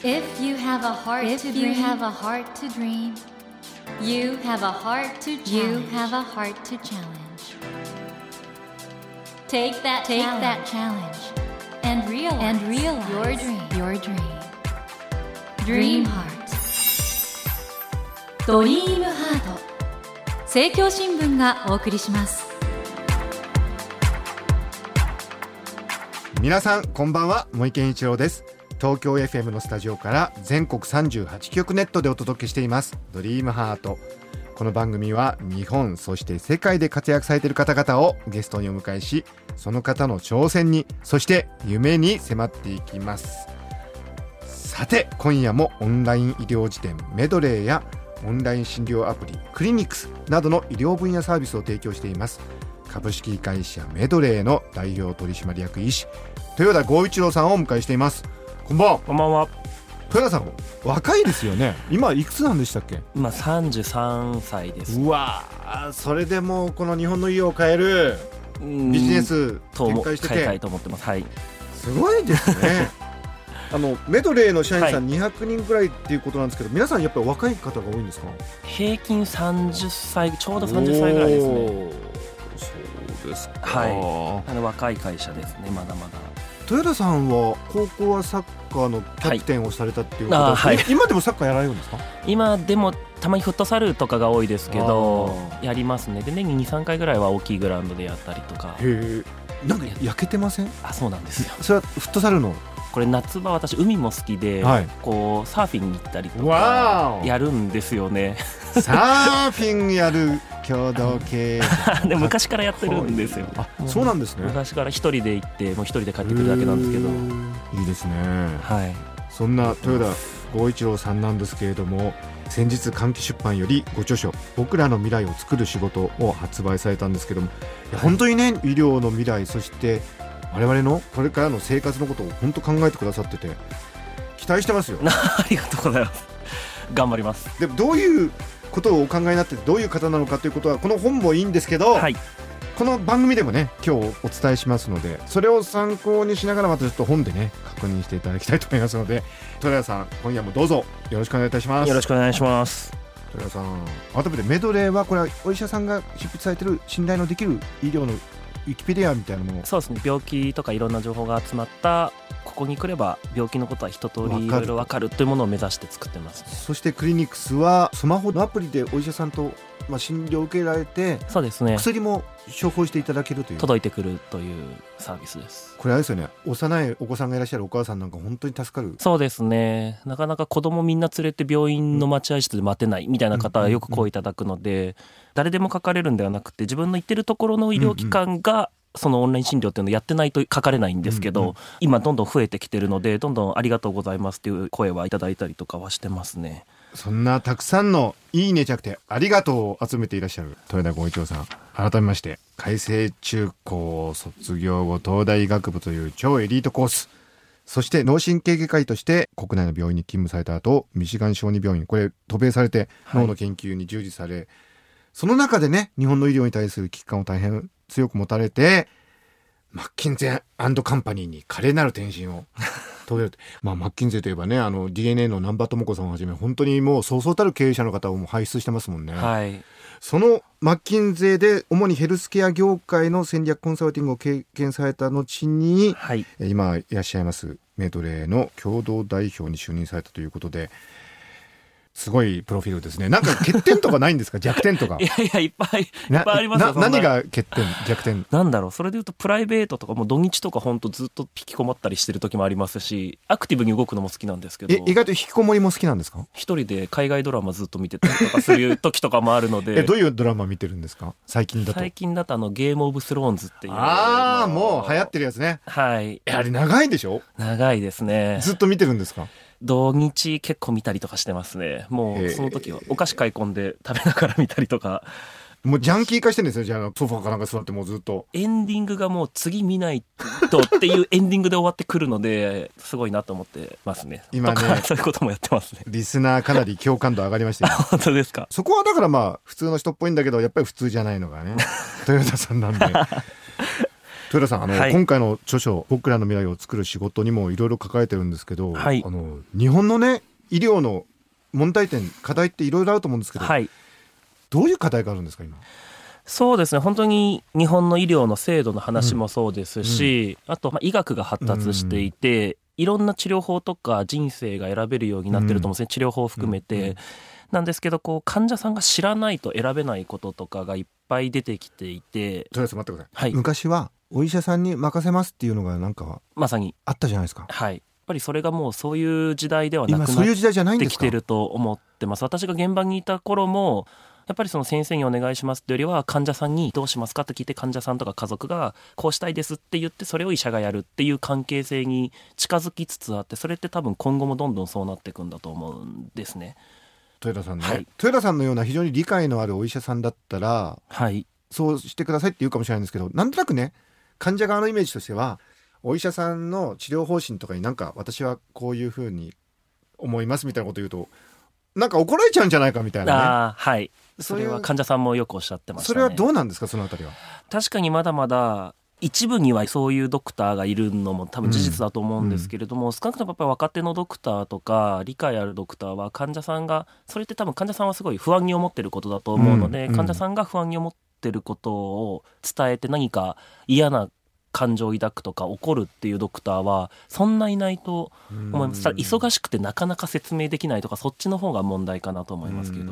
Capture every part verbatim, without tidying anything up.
If you have a heart If to you dream, have a heart to dream, you have a heart to challenge. you have a heart to challenge. Take that Take challenge that challenge and realize, and realize your dream. your dream. Dream Dream Heart. ドリームハート政教新聞がお送りします。 皆さんこんばんは、森健一郎です。東京 エフエム のスタジオから全国さんじゅうはちきょくネットでお届けしていますドリームハート。この番組は日本そして世界で活躍されている方々をゲストにお迎えし、その方の挑戦にそして夢に迫っていきます。さて今夜もオンライン医療辞典メドレーやオンライン診療アプリクリニクスなどの医療分野サービスを提供しています株式会社メドレーの代表取締役医師豊田剛一郎さんをお迎えしています。こんばんは。 こんばんは。 豊田さん若いですよね。今いくつなんでしたっけ？ 今さんじゅうさんさいです。 うわそれでもこの日本の医療を変えるビジネス展開してて変えたいと思ってます。はい、 すごいですねあのメドレーの社員さんにひゃくにんくらいっていうことなんですけど、皆さんやっぱり若い方が多いんですか？ 平均さんじゅっさい、ちょうどさんじゅっさいぐらいですね。 そうですか。 はい、あの若い会社ですね。まだまだ。 豊田さんは高校はサッカーのキャプテンをされたっていうことで、 はいはい、 今でもサッカーやられるんですか？ 今でもたまにフットサルとかが多いですけどやりますね。で年に にさんかいぐらいは大きいグラウンドでやったりとか。 へえ、なんか焼けてません？ あ、そうなんですよ。 それはフットサルのこれ夏場私海も好きで、はい、こうサーフィンに行ったりとかやるんですよね。 サーフィンやる共同経営で昔からやってるんですよ。 あ、そうなんですね。 昔から一人で行ってもう一人で帰ってくるだけなんですけど。 いいですね。 はい。 そんな豊田剛一郎さんなんですけれども、先日換気出版よりご著書僕らの未来を作る仕事を発売されたんですけども、いや本当にね、医療の未来そして我々のこれからの生活のことを本当考えてくださってて期待してますよ。 ありがとうございます。頑張ります。 でもどういうことをお考えになってどういう方なのかということはこの本もいいんですけど、はい、この番組でもね今日お伝えしますので、それを参考にしながらまたちょっと本でね確認していただきたいと思いますので、豊田さん今夜もどうぞよろしくお願いいたします。 よろしくお願いします。 豊田さん改めてメドレーはこれはお医者さんが執筆されている信頼のできる医療のウィキペディアみたいなもの。 そうですね。病気とかいろんな情報が集まったここに来れば病気のことは一通りいろいろ分かるというものを目指して作ってます、ね、 そしてクリニクスはスマホのアプリでお医者さんと、まあ、診療を受けられて、 そうですね、 薬も処方していただけるという届いてくるというサービスです。 これあれですよね、幼いお子さんがいらっしゃるお母さんなんか本当に助かる。 そうですね。なかなか子供みんな連れて病院の待合室で待てないみたいな方はよく声いただくので、うんうんうん、誰でもかかれるんではなくて自分の行ってるところの医療機関が、うんうん、そのオンライン診療っていうのをやってないと書かれないんですけど、うんうん、今どんどん増えてきてるのでどんどんありがとうございますっていう声はいただいたりとかはしてますね。 そんなたくさんのいいね着てありがとうを集めていらっしゃる豊田剛一郎さん、改めまして開成中高卒業後東大医学部という超エリートコース、そして脳神経外科医として国内の病院に勤務された後ミシガン小児病院これ渡米されて脳の研究に従事され、はい、その中でね日本の医療に対する危機感を大変強く持たれてマッキンゼー&カンパニーに華麗なる転身を遂げるまあ、マッキンゼーといえばねあの ディーエヌエー の南波智子さんをはじめ本当にもうそうそうたる経営者の方をもう輩出してますもんね、 はい、 そのマッキンゼーで主にヘルスケア業界の戦略コンサルティングを経験された後に、はい、今いらっしゃいますメドレーの共同代表に就任されたということで、すごいプロフィールですね。なんか欠点とかないんですか？弱点とか。 いやいやいっぱいいっぱいありますよ。 な何が欠点弱点なんだろう。それでいうとプライベートとかもう土日とか本当ずっと引きこもったりしてる時もありますし、アクティブに動くのも好きなんですけど。 え意外と引きこもりも好きなんですか？ 一人で海外ドラマずっと見てたりとかする時とかもあるので。 えどういうドラマ見てるんですか？最近だと。 最近だとあのゲームオブスローンズっていう。 ああもう流行ってるやつね。 はい。 あれ長いでしょ？ 長いですね。 ずっと見てるんですか？ 土日結構見たりとかしてますね。もうその時はお菓子買い込んで食べながら見たりとか。 もうジャンキー化してるんですよ。じゃあソファーかなんか座ってもうずっとエンディングがもう次見ないとっていうエンディングで終わってくるのですごいなと思ってますね。今ねとかそういうこともやってますね。 リスナーかなり共感度上がりましたよ。 本当ですか？ そこはだからまあ普通の人っぽいんだけどやっぱり普通じゃないのがね豊田さんなんで豊田さん、あの、 はい、 今回の著書僕らの未来を作る仕事にもいろいろ書かれてるんですけど、 はい、 あの日本のね医療の問題点課題っていろいろあると思うんですけど、 はい、 どういう課題があるんですか今。 そうですね、本当に日本の医療の制度の話もそうですし、うん、あとまあ医学が発達していて、うん、いろんな治療法とか人生が選べるようになってると思うんですね、うん、治療法を含めて、うんうん、なんですけどこう患者さんが知らないと選べないこととかがいっぱい出てきていて。 とりあえず待ってください、 はい、 昔はお医者さんに任せますっていうのがなんかまさにあったじゃないですか。 はい、やっぱりそれがもうそういう時代ではなくなってきてると思ってます。私が現場にいた頃もやっぱりその先生にお願いしますってよりは患者さんにどうしますかって聞いて、患者さんとか家族がこうしたいですって言ってそれを医者がやるっていう関係性に近づきつつあって、それって多分今後もどんどんそうなっていくんだと思うんですね。 豊田さんね、 はい、 豊田さんのような非常に理解のあるお医者さんだったら、 はい、 そうしてくださいって言うかもしれないんですけど、なんとなくね患者側のイメージとしてはお医者さんの治療方針とかになんか私はこういうふうに思いますみたいなこと言うとなんか怒られちゃうんじゃないかみたいなね。 あ、はい、それは患者さんもよくおっしゃってましたね。 それはどうなんですかそのあたりは。 確かにまだまだ一部にはそういうドクターがいるのも多分事実だと思うんですけれども、うん、少なくともやっぱり若手のドクターとか理解あるドクターは患者さんがそれって多分患者さんはすごい不安に思ってることだと思うので、うん、患者さんが不安に思ってることを伝えて何か嫌な感情を抱くとか怒るっていうドクターはそんないないと思います。ただ忙しくてなかなか説明できないとかそっちの方が問題かなと思いますけど、うん、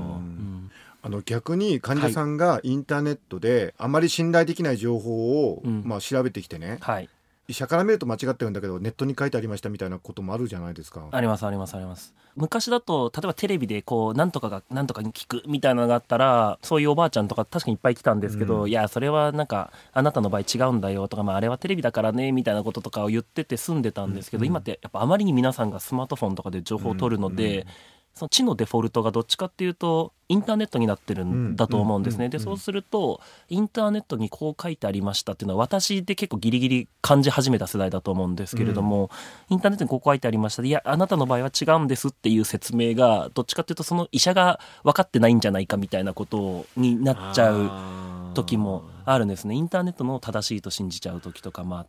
あの逆に患者さんがインターネットであまり信頼できない情報を、はいまあ、調べてきてね、はい、医者から見ると間違ってるんだけどネットに書いてありましたみたいなこともあるじゃないですか。 ありますありますあります。昔だと例えばテレビでこうなんとかがなんとかに聞くみたいなのがあったらそういうおばあちゃんとか確かにいっぱい来たんですけど、うん、いやそれはなんかあなたの場合違うんだよとか、まあ、あれはテレビだからねみたいなこととかを言ってて済んでたんですけど、うん、今ってやっぱあまりに皆さんがスマートフォンとかで情報を取るので、うん、その知のデフォルトがどっちかっていうとインターネットになってるんだと思うんですね。でそうするとインターネットにこう書いてありましたっていうのは私で結構ギリギリ感じ始めた世代だと思うんですけれども、うん、インターネットにこう書いてありましたでいやあなたの場合は違うんですっていう説明がどっちかっていうとその医者が分かってないんじゃないかみたいなことになっちゃう時もあるんですね。インターネットの正しいと信じちゃう時とかもあって、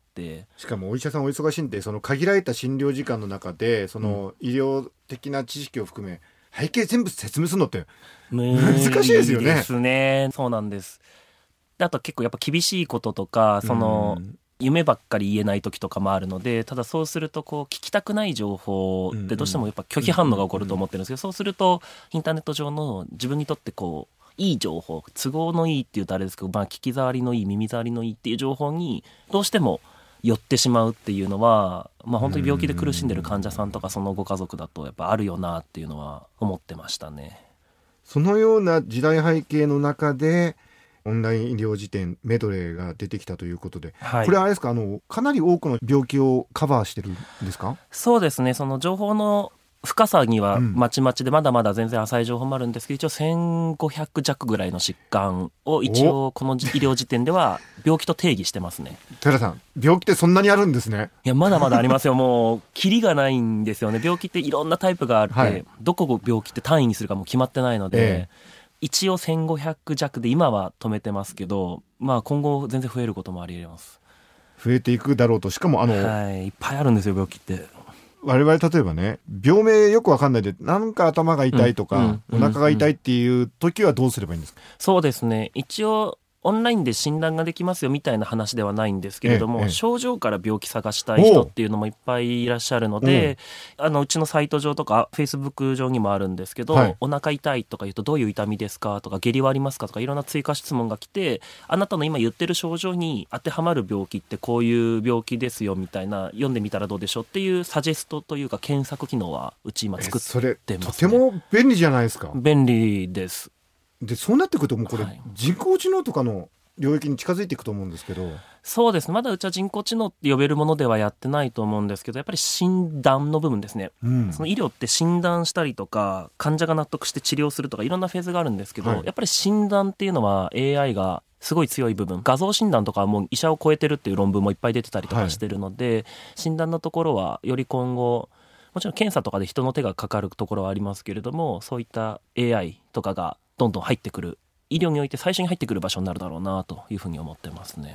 しかもお医者さんお忙しいんでその限られた診療時間の中でその医療的な知識を含め、うん背景全部説明するのって難しいですよね。 ですね。そうなんです。であと結構やっぱ厳しいこととかその夢ばっかり言えない時とかもあるので、ただそうするとこう聞きたくない情報ってどうしてもやっぱ拒否反応が起こると思ってるんですけど、そうするとインターネット上の自分にとってこういい情報都合のいいって言うとあれですけど、まあ、聞き障りのいい耳障りのいいっていう情報にどうしても寄ってしまうっていうのは、まあ、本当に病気で苦しんでる患者さんとかそのご家族だとやっぱあるよなっていうのは思ってましたね。 そのような時代背景の中でオンライン医療辞典メドレーが出てきたということで、はい、これはあれですか、あのかなり多くの病気をカバーしてるんですか？ そうですね、その情報の深さにはまちまちでまだまだ全然浅い情報もあるんですけど、一応せんごひゃく弱ぐらいの疾患を一応この医療辞典では病気と定義してますね。 寺さん、病気ってそんなにあるんですね。 いやまだまだありますよ。もうキリがないんですよね。病気っていろんなタイプがあって、はい、どこを病気って単位にするかも決まってないので、ええ、一応せんごひゃく弱で今は止めてますけど、まあ今後全然増えることもありえます。 増えていくだろうと。しかもあの、 はい、いっぱいあるんですよ病気って。 我々例えばね、病名よくわかんないでなんか頭が痛いとか、うんうん、お腹が痛いっていう時はどうすればいいんですか？ そうですね、一応オンラインで診断ができますよみたいな話ではないんですけれども、ええ、症状から病気探したい人っていうのもいっぱいいらっしゃるので、あのうちのサイト上とかフェイスブック上にもあるんですけど、はい、お腹痛いとか言うとどういう痛みですかとか下痢はありますかとかいろんな追加質問が来て、あなたの今言ってる症状に当てはまる病気ってこういう病気ですよみたいな、読んでみたらどうでしょうっていうサジェストというか検索機能はうち今作ってますね。 それとても便利じゃないですか。 便利です。 でそうなってくるともうこれ、はい、人工知能とかの領域に近づいていくと思うんですけど。 そうですね、まだうちは人工知能って呼べるものではやってないと思うんですけど、やっぱり診断の部分ですね、うん、その医療って診断したりとか患者が納得して治療するとかいろんなフェーズがあるんですけど、はい、やっぱり診断っていうのは エーアイ がすごい強い部分、画像診断とかはもう医者を超えてるっていう論文もいっぱい出てたりとかしてるので、はい、診断のところはより今後もちろん検査とかで人の手がかかるところはありますけれども、そういった エーアイ とかがどんどん入ってくる、医療において最初に入ってくる場所になるだろうなというふうに思ってますね。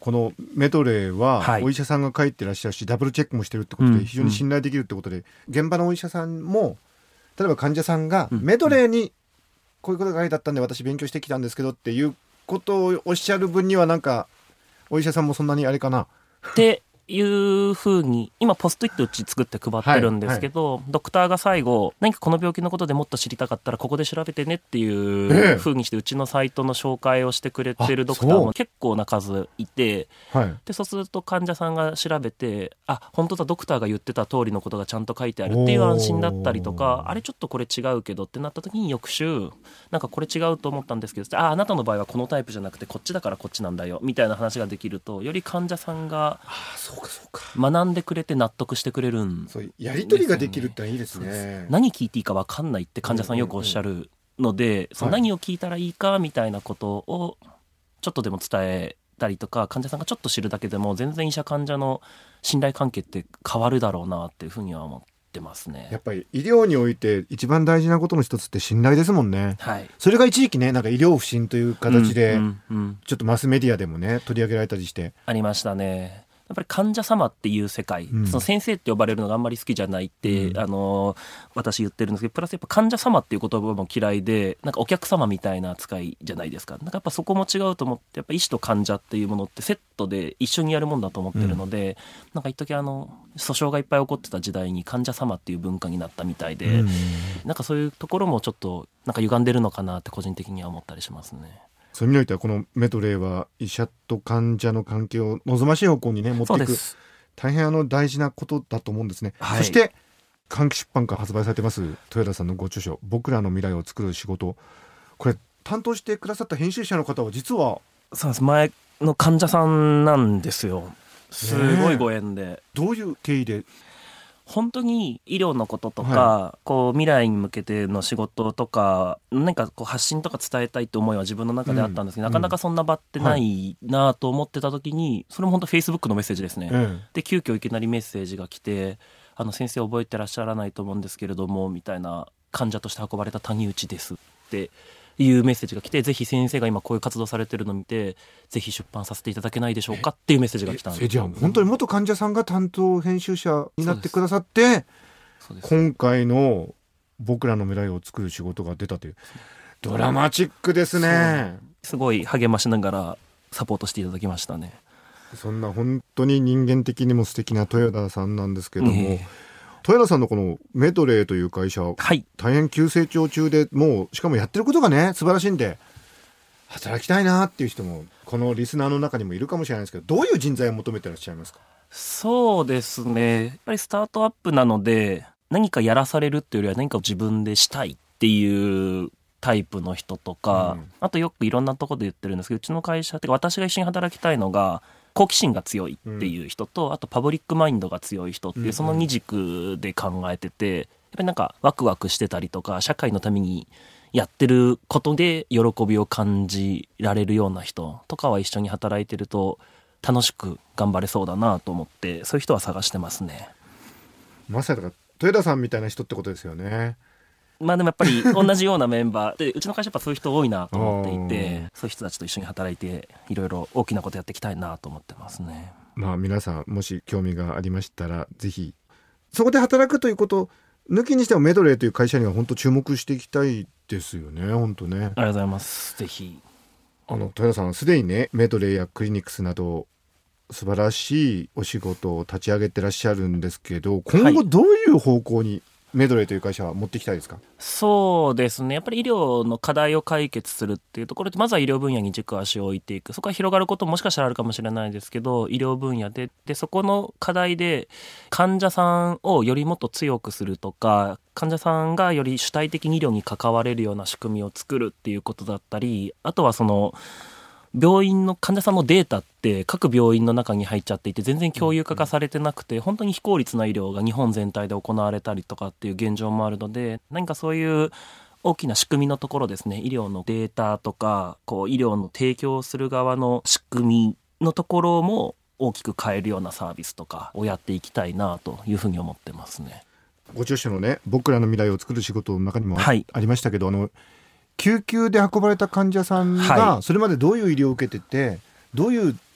このメドレーははいお医者さんが書いてらっしゃるし、ダブルチェックもしてるってことうんで非常に信頼できるってことで、現場のお医者さんも例えば患者さんがうんメドレーにこういうことが書いてあったんで私勉強してきたんですけどっていうことをおっしゃる分にはなんかお医者さんもそんなにあれかな。 っていう風に今ポストイットうち作って配ってるんですけど、ドクターが最後何かこの病気のことでもっと知りたかったらここで調べてねっていう風にしてうちのサイトの紹介をしてくれてるドクターも結構な数いて、 はい、 でそうすると患者さんが調べて、あ本当だドクターが言ってた通りのことがちゃんと書いてあるっていう安心だったりとか、あれちょっとこれ違うけどってなった時に翌週なんかこれ違うと思ったんですけど、ああなたの場合はこのタイプじゃなくてこっちだからこっちなんだよみたいな話ができると、より患者さんがあそうかそうか学んでくれて納得してくれるんそうやり取りができるっていいですね。 何聞いていいか分かんないって患者さんよくおっしゃるので、その何を聞いたらいいかみたいなことをちょっとでも伝えたりとか、患者さんがちょっと知るだけでも全然医者患者の信頼関係って変わるだろうなっていうふうには思ってますね。 やっぱり医療において一番大事なことの一つって信頼ですもんね。 はい、 それが一時期ねなんか医療不信という形で、 うんうんうん、 ちょっとマスメディアでもね取り上げられたりしてありましたね。やっぱり患者様っていう世界、うん、その先生って呼ばれるのがあんまり好きじゃないって、うん、あの私言ってるんですけど、プラスやっぱ患者様っていう言葉も嫌いで、なんかお客様みたいな扱いじゃないですか。なんかやっぱそこも違うと思って、やっぱ医師と患者っていうものってセットで一緒にやるもんだと思ってるので、うん、なんか一時あの訴訟がいっぱい起こってた時代に患者様っていう文化になったみたいで、うん、なんかそういうところもちょっとなんか歪んでるのかなって個人的には思ったりしますね。 そういう意味においてはこのメドレーは医者と患者の関係を望ましい方向にね持っていく大変あの大事なことだと思うんですね、はい、そして換気出版から発売されてます豊田さんのご著書僕らの未来を作る仕事、これ担当してくださった編集者の方は実はそうです前の患者さんなんですよ。すごいご縁で、ね、 どういう経緯で本当に医療のこととか、 はこう未来に向けての仕事とか何かこう発信とか伝えたいって思いは自分の中であったんですけど、うん、なかなかそんな場ってないなと思ってた時に、それも本当 Facebook のメッセージですね、うん、で急遽いきなりメッセージが来て、あの先生覚えてらっしゃらないと思うんですけれどもみたいな、患者として運ばれた谷内ですっていうメッセージが来て、ぜひ先生が今こういう活動されてるのを見てぜひ出版させていただけないでしょうかっていうメッセージが来たんです。 えじゃあ本当に元患者さんが担当編集者になってくださって、今回の僕らの未来を作る仕事が出たという、ドラマチックですね。 すごい励ましながらサポートしていただきましたね。 そんな本当に人間的にも素敵な豊田さんなんですけども、えー豊田さんのこのメドレーという会社、はい、大変急成長中で、もうしかもやってることがね素晴らしいんで働きたいなっていう人もこのリスナーの中にもいるかもしれないですけど、どういう人材を求めてらっしゃいますか？ そうですね、やっぱりスタートアップなので何かやらされるっていうよりは何かを自分でしたいっていうタイプの人とか、うん、あとよくいろんなところで言ってるんですけど、うちの会社って私が一緒に働きたいのが好奇心が強いっていう人と、うん、あとパブリックマインドが強い人っていう、その二軸で考えてて、やっぱりなんかワクワクしてたりとか社会のためにやってることで喜びを感じられるような人とかは一緒に働いてると楽しく頑張れそうだなと思って、そういう人は探してますね。 まさに豊田さんみたいな人ってことですよね。 まあでもやっぱり同じようなメンバーでうちの会社やっぱそういう人多いなと思っていて、そういう人たちと一緒に働いていろいろ大きなことやっていきたいなと思ってますね。 まあ皆さんもし興味がありましたらぜひそこで働くということ抜きにしてもメドレーという会社には本当注目していきたいですよね。本当ね、ありがとうございます。ぜひあの豊田さんすでにねメドレーやクリニックスなど素晴らしいお仕事を立ち上げてらっしゃるんですけど、今後どういう方向にメドレーという会社は持っていきたいですか？ そうですね、やっぱり医療の課題を解決するっていうところでまずは医療分野に軸足を置いていく、そこは広がることももしかしたらあるかもしれないですけど、医療分野ででそこの課題で患者さんをよりもっと強くするとか、患者さんがより主体的に医療に関われるような仕組みを作るっていうことだったり、あとはその病院の患者さんのデータって各病院の中に入っちゃっていて全然共有化がされてなくて、本当に非効率な医療が日本全体で行われたりとかっていう現状もあるので、何かそういう大きな仕組みのところですね、医療のデータとかこう医療の提供する側の仕組みのところも大きく変えるようなサービスとかをやっていきたいなというふうに思ってますね。 ご著書のね僕らの未来を作る仕事の中にも あ,、 はい、 ありましたけど、あの救急で運ばれた患者さんがそれまでどういう医療を受けててどういう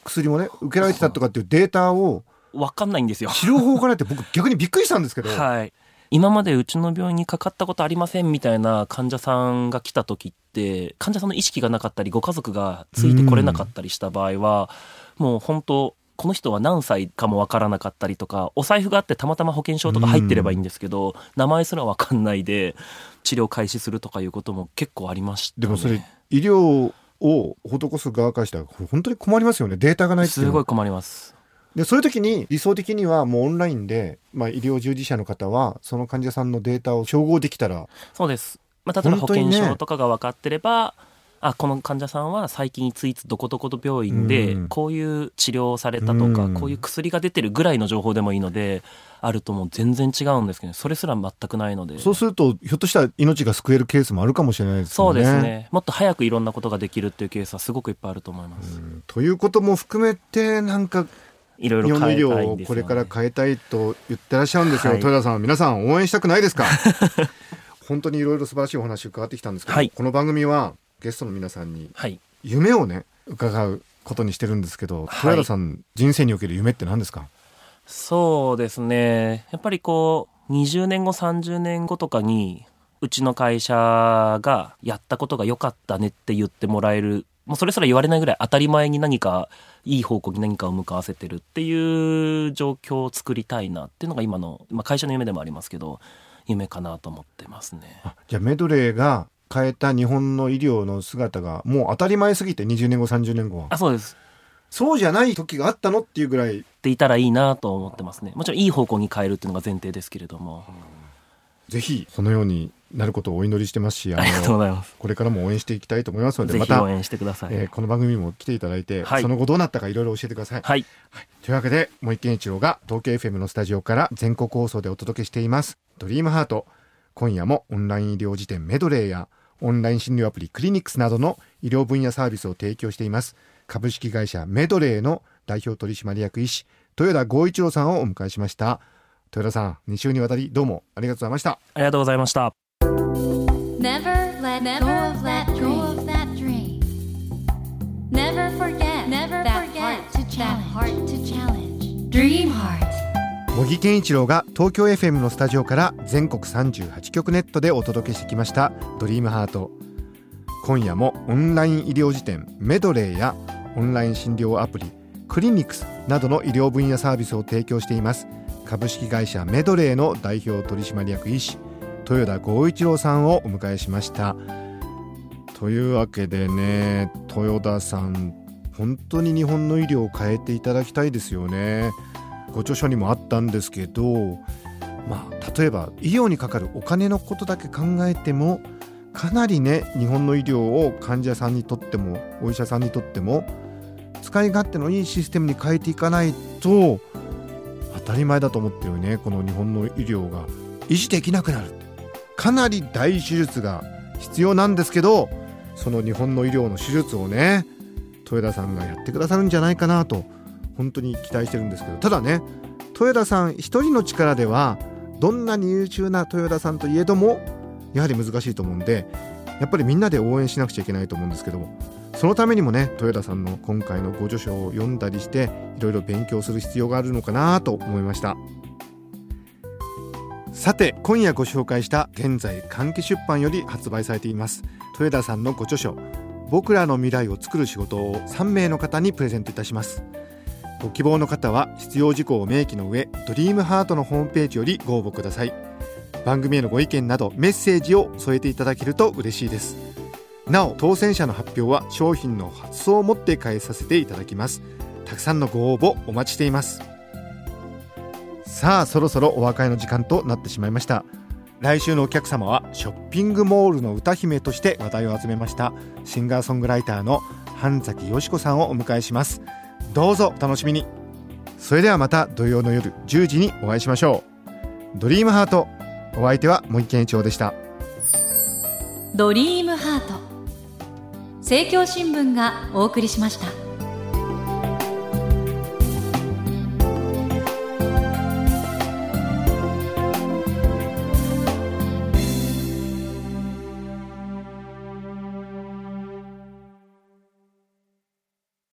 薬もね受けられてたとかっていうデータを分かんないんですよ。 治療法がないって僕逆にびっくりしたんですけど、 はい、今までうちの病院にかかったことありませんみたいな患者さんが来た時って患者さんの意識がなかったりご家族がついてこれなかったりした場合はもう本当この人は何歳かも分からなかったりとかお財布があってたまたま保険証とか入ってればいいんですけど名前すら分かんないで治療開始するとかいうことも結構ありましたね。 でもそれ医療を施す側からしたら本当に困りますよね。データがないっていうのはすごい困ります。 でそういう時に理想的にはもうオンラインで、まあ、医療従事者の方はその患者さんのデータを照合できたらそうです、まあ、例えば保険証とかが分かってれば、ね、あこの患者さんは最近いついつどこどこど病院でこういう治療をされたとかこういう薬が出てるぐらいの情報でもいいのであるともう全然違うんですけどそれすら全くないのでそうするとひょっとしたら命が救えるケースもあるかもしれないですよね。 そうですね。もっと早くいろんなことができるっていうケースはすごくいっぱいあると思います。 うんということも含めてなんかいろいろ日本の医変えたいんですよね。 療をこれから変えたいと言ってらっしゃるんですよ、 はい、 豊田さん皆さん応援したくないですか本当にいろいろ素晴らしいお話伺ってきたんですけど、はい、この番組はゲストの皆さんに夢をね伺うことにしてるんですけど、はい、豊田さん人生における夢って何ですか？ そうですねやっぱりこうにじゅうねんごさんじゅうねんごとかにうちの会社がやったことが良かったねって言ってもらえるもうそれすら言われないぐらい当たり前に何かいい方向に何かを向かわせてるっていう状況を作りたいなっていうのが今の、まあ、会社の夢でもありますけど夢かなと思ってますね。 あじゃあメドレーが変えた日本の医療の姿がもう当たり前すぎてにじゅうねんごさんじゅうねんごはあそうですそうじゃない時があったのっていうぐらいっていたらいいなと思ってますね。もちろんいい方向に変えるっていうのが前提ですけれども、 うん、ぜひそのようになることをお祈りしてますしあのありがとうございます。 これからも応援していきたいと思いますのでぜまたひ応援してください、 えー、この番組にも来ていただいて、はい、その後どうなったかいろいろ教えてください、 はいはい、というわけで森健一郎が東京 エフエム のスタジオから全国放送でお届けしていますドリームハート。今夜もオンライン医療辞典メドレーやオンライン診療アプリクリニックスなどの医療分野サービスを提供しています株式会社メドレーの代表取締役医師豊田剛一郎さんをお迎えしました。豊田さんに週にわたりどうもありがとうございました。 ありがとうございました。 Never let go of that dream. Never forget that heart to challenge. Dream Heart. 茂木健一郎が東京 エフエム のスタジオから全国さんじゅうはちきょくネットでお届けしてきましたドリームハート。今夜もオンライン医療辞典メドレーやオンライン診療アプリクリニックスなどの医療分野サービスを提供しています株式会社メドレーの代表取締役医師豊田剛一郎さんをお迎えしました。というわけでね豊田さん本当に日本の医療を変えていただきたいですよね。ご著書にもあったんですけど、まあ、例えば医療にかかるお金のことだけ考えてもかなりね日本の医療を患者さんにとってもお医者さんにとっても使い勝手のいいシステムに変えていかないと当たり前だと思ってるねこの日本の医療が維持できなくなる。かなり大手術が必要なんですけどその日本の医療の手術をね豊田さんがやってくださるんじゃないかなと本当に期待してるんですけどただね豊田さん一人の力ではどんなに優秀な豊田さんといえどもやはり難しいと思うんでやっぱりみんなで応援しなくちゃいけないと思うんですけどもそのためにもね豊田さんの今回のご著書を読んだりしていろいろ勉強する必要があるのかなと思いました。さて今夜ご紹介した現在換気出版より発売されています豊田さんのご著書僕らの未来を作る仕事をさんめいの方にプレゼントいたします。ご希望の方は必要事項を明記の上ドリームハートのホームページよりご応募ください。番組へのご意見などメッセージを添えていただけると嬉しいです。なお当選者の発表は商品の発送をもって返させていただきます。たくさんのご応募お待ちしています。さあそろそろお別れの時間となってしまいました。来週のお客様はショッピングモールの歌姫として話題を集めましたシンガーソングライターの半崎よし子さんをお迎えします。どうぞお楽しみに。それではまた土曜の夜じゅうじにお会いしましょう。ドリームハートお相手は茂木健一郎でした。 ドリームハート政教新聞がお送りしました。